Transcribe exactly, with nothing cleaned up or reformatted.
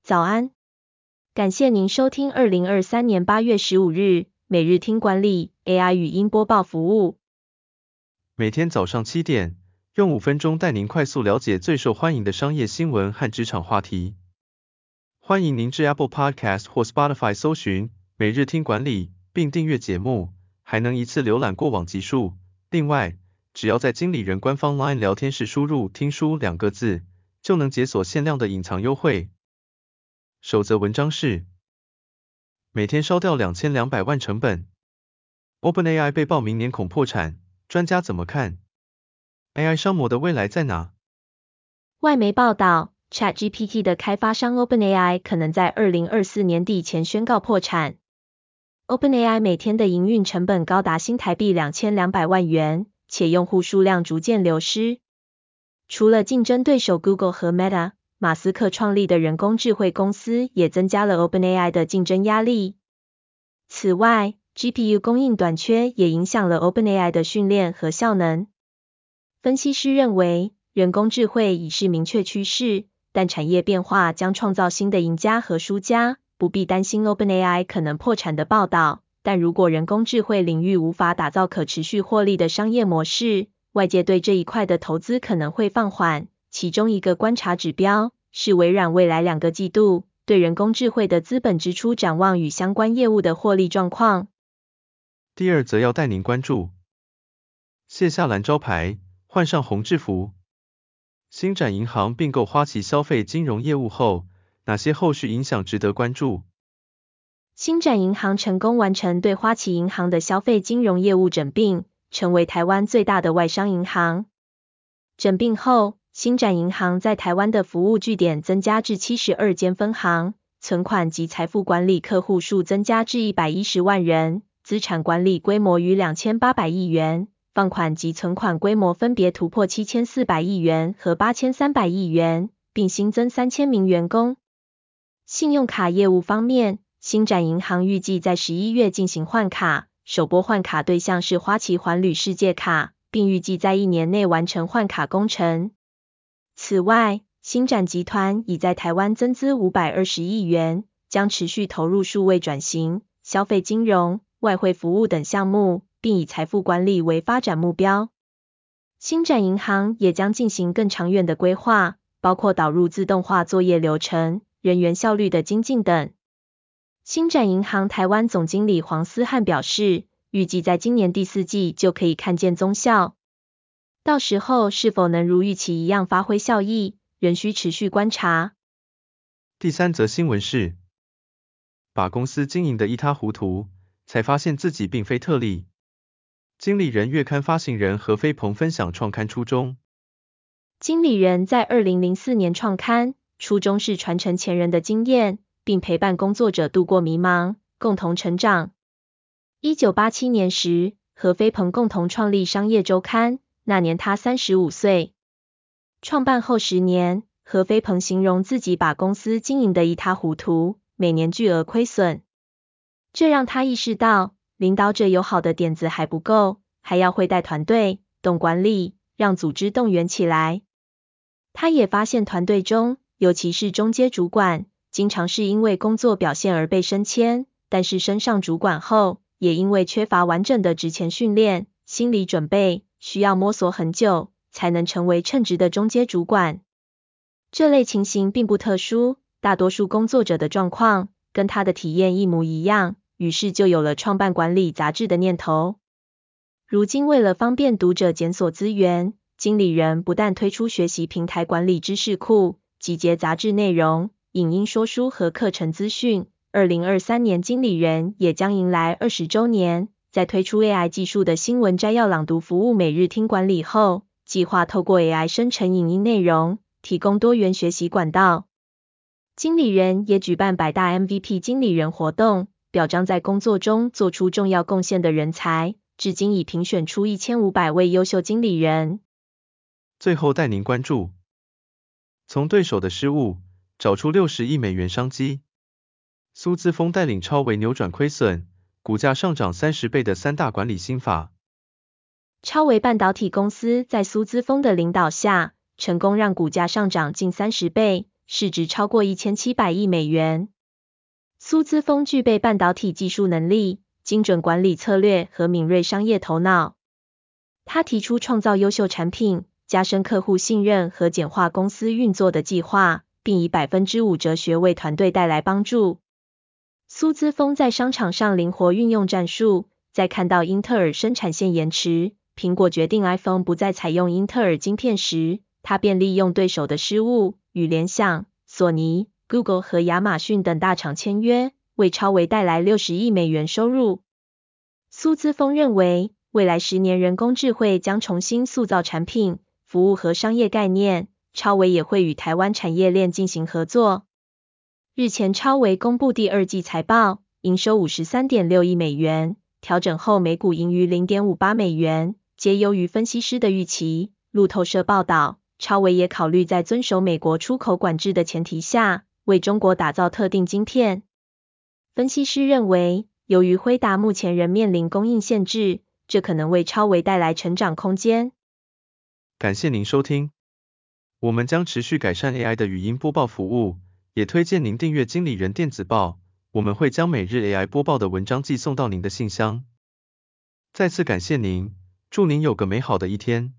早安，感谢您收听二零二三年八月十五日每日听管理 A I 语音播报服务。 每天早上七点，用五分钟带您快速了解最受欢迎的商业新闻和职场话题。欢迎您至 Apple Podcast 或 Spotify 搜寻每日听管理，并订阅节目，还能一次浏览过往集数。另外，只要在经理人官方 LINE 聊天室输入听书两个字，就能解锁限量的隐藏优惠。首则文章是每天烧掉两千两百万成本 OpenAI 被曝明年恐破产，专家怎么看？ A I 商模的未来在哪？ 外媒报道 ChatGPT 的开发商 OpenAI 可能在二零二四年底前宣告破产。OpenAI 每天的营运成本高达新台币两千两百万元，且用户数量逐渐流失。除了竞争对手 Google 和 Meta， 马斯克创立的人工智慧公司也增加了 OpenAI 的竞争压力。此外， G P U 供应短缺也影响了 OpenAI 的训练和效能。分析师认为，人工智慧已是明确趋势，但产业变化将创造新的赢家和输家，不必担心 OpenAI 可能破产的报道。但如果人工智慧领域无法打造可持续获利的商业模式，外界对这一块的投资可能会放缓。其中一个观察指标是微软未来两个季度对人工智慧的资本支出展望与相关业务的获利状况。 第二则要带您关注，卸下蓝招牌，换上红制服。星展银行并购花旗消费金融业务后，哪些后续影响值得关注？ 星展银行成功完成对花旗银行的消费金融业务整并，成为台湾最大的外商银行。整并后，星展银行在台湾的服务据点增加至七十二间分行，存款及财富管理客户数增加至一百一十万人，资产管理规模逾两千八百亿元，放款及存款规模分别突破七千四百亿元和八千三百亿元，并新增三千名员工。信用卡业务方面，星展银行预计在十一月进行换卡，首波换卡对象是花旗环旅世界卡，并预计在一年内完成换卡工程。此外，星展集团已在台湾增资五百二十亿元，将持续投入数位转型、消费金融、外汇服务等项目，并以财富管理为发展目标。星展银行也将进行更长远的规划，包括导入自动化作业流程、人员效率的精进等。星展银行台湾总经理黄思翰表示，预计在今年第四季就可以看见踪效。到时候是否能如预期一样发挥效益，仍需持续观察。 第三则新闻是，把公司经营得一塌糊涂，才发现自己并非特例。经理人月刊发行人何飞鹏分享创刊初衷。 经理人在二零零四年创刊，初衷是传承前人的经验，并陪伴工作者度过迷茫，共同成长。一九八七年时，何飞鹏共同创立商业周刊，那年他三十五岁。创办后十年，何飞鹏形容自己把公司经营得一塌糊涂，每年巨额亏损。这让他意识到，领导者有好的点子还不够，还要会带团队，懂管理，让组织动员起来。他也发现团队中，尤其是中阶主管，经常是因为工作表现而被升迁，但是升上主管后，也因为缺乏完整的职前训练、心理准备，需要摸索很久，才能成为称职的中阶主管。这类情形并不特殊，大多数工作者的状况跟他的体验一模一样，于是就有了创办管理杂志的念头。如今为了方便读者检索资源，经理人不但推出学习平台管理知识库，集结杂志内容、影音说书和课程资讯。二零二三年经理人也将迎来二十周年，在推出 A I 技术的新闻摘要朗读服务每日听管理后，计划透过 A I 生成影音内容，提供多元学习管道。经理人也举办百大 M V P 经理人活动，表彰在工作中做出重要贡献的人才，至今已评选出一千五百位优秀经理人。 最后带您关注，从对手的失误找出六十亿美元商机。苏姿丰带领超微扭转亏损，股价上涨三十倍的三大管理心法。 超微半导体公司在苏姿丰的领导下，成功让股价上涨近三十倍， 市值超过一千七百亿美元。苏姿丰具备半导体技术能力、精准管理策略和敏锐商业头脑。他提出创造优秀产品、加深客户信任和简化公司运作的计划，并以百分之五哲学为团队带来帮助。苏姿丰在商场上灵活运用战术，在看到英特尔生产线延迟，苹果决定 iPhone 不再采用英特尔晶片时，他便利用对手的失误，与联想、索尼、Google 和亚马逊等大厂签约，为超微带来六十亿美元收入。苏姿丰认为，未来十年人工智慧将重新塑造产品、服务和商业概念，超微也会与台湾产业链进行合作。日前超微公布第二季财报，营收 五十三点六亿美元，调整后每股盈余 零点五八美元，皆优于分析师的预期。路透社报道，超微也考虑在遵守美国出口管制的前提下，为中国打造特定晶片。分析师认为，由于辉达目前仍面临供应限制，这可能为超微带来成长空间。 感谢您收听，我们将持续改善 A I 的语音播报服务，也推荐您订阅经理人电子报，我们会将每日 A I 播报的文章寄送到您的信箱。再次感谢您，祝您有个美好的一天。